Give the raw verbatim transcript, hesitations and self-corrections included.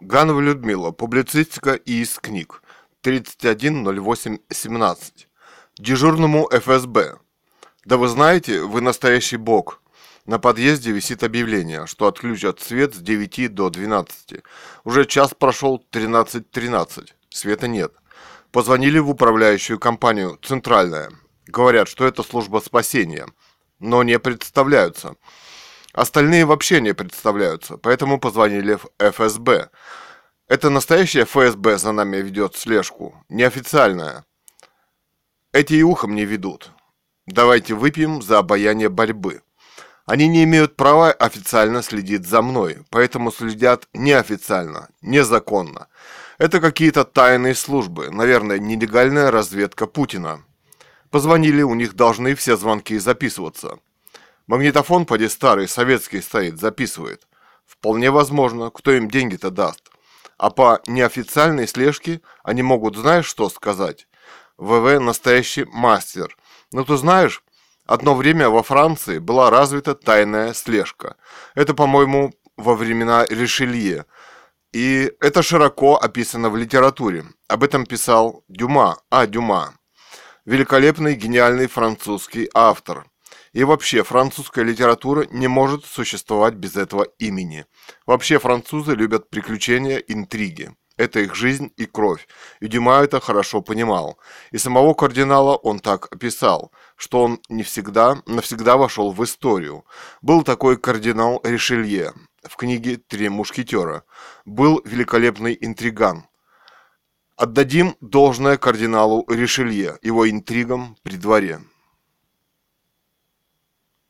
Ганова Людмила. Публицистика и из книг. тридцать один ноль восемь семнадцать. Дежурному эф эс бэ. Да вы знаете, вы настоящий бог. На подъезде висит объявление, что отключат свет с девяти до двенадцати. Уже час прошел, тринадцать тринадцать. Света нет. Позвонили в управляющую компанию «Центральная». Говорят, что это служба спасения, но не представляются. Остальные вообще не представляются, поэтому позвонили в эф эс бэ. Это настоящая эф эс бэ за нами ведет слежку, неофициальная. Эти и ухом не ведут. Давайте выпьем за обаяние борьбы. Они не имеют права официально следить за мной, поэтому следят неофициально, незаконно. Это какие-то тайные службы, наверное, нелегальная разведка Путина. Позвонили, у них должны все звонки записываться. Магнитофон поди старый, советский стоит, записывает. Вполне возможно, кто им деньги-то даст. А по неофициальной слежке они могут, знаешь, что сказать? вэ вэ настоящий мастер. Ну ты знаешь, одно время во Франции была развита тайная слежка. Это, по-моему, во времена Ришелье. И это широко описано в литературе. Об этом писал Дюма, а Дюма. Великолепный, гениальный французский автор. И вообще, французская литература не может существовать без этого имени. Вообще, французы любят приключения, интриги. Это их жизнь и кровь. И Дюма это хорошо понимал. И самого кардинала он так описал, что он не всегда, навсегда вошел в историю. Был такой кардинал Ришелье в книге «Три мушкетера». Был великолепный интриган. Отдадим должное кардиналу Ришелье, его интригам при дворе.